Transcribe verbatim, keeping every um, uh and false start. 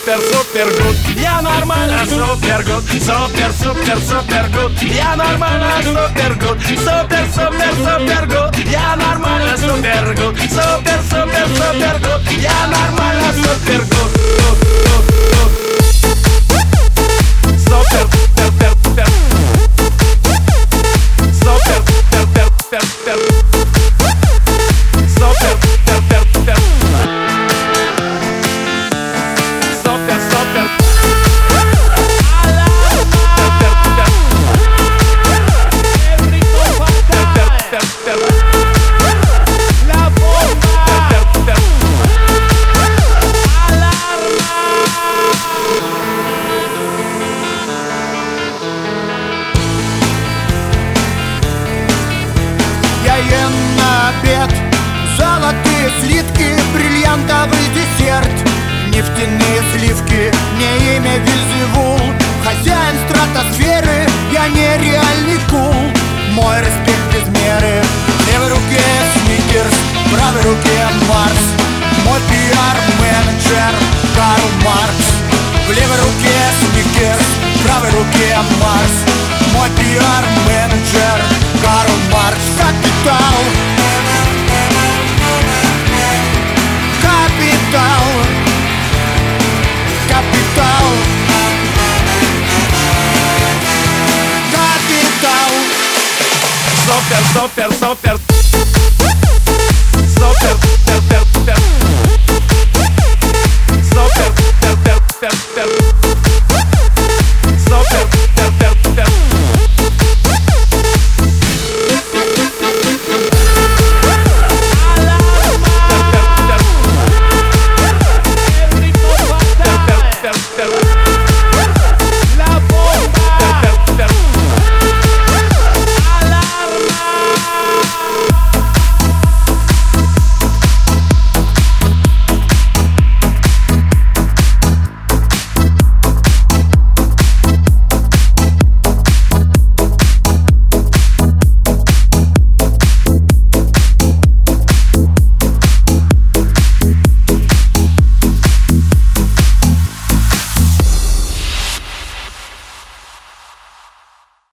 супер, супер гуд. Я нормально, супер гуд. Супер, супер, супер гуд. Я нормально, супер гуд. Супер, супер, супер гуд. Я нормально, супер гуд. Супер, супер, супер гуд. Я нормально, супер гуд. Супер, супер, супер. Супер, супер, супер, супер. Супер, супер, супер. Супер, супер. Я ем на обед золотые слитки, бриллиантовый десерт, нефтяные сливки, мне имя Вельзевул. Хозяин стратосферы, я нереальный кул. Мой респект без меры. В левой руке Сникерс, в правой руке Марс. Мой пиар-менеджер Карл Маркс. В левой руке Сникерс, в правой руке Марс. Мой пиар-менеджер Карл Маркс. Капитал, капитал, капитал, капитал. Супер, супер, супер. Супер, супер.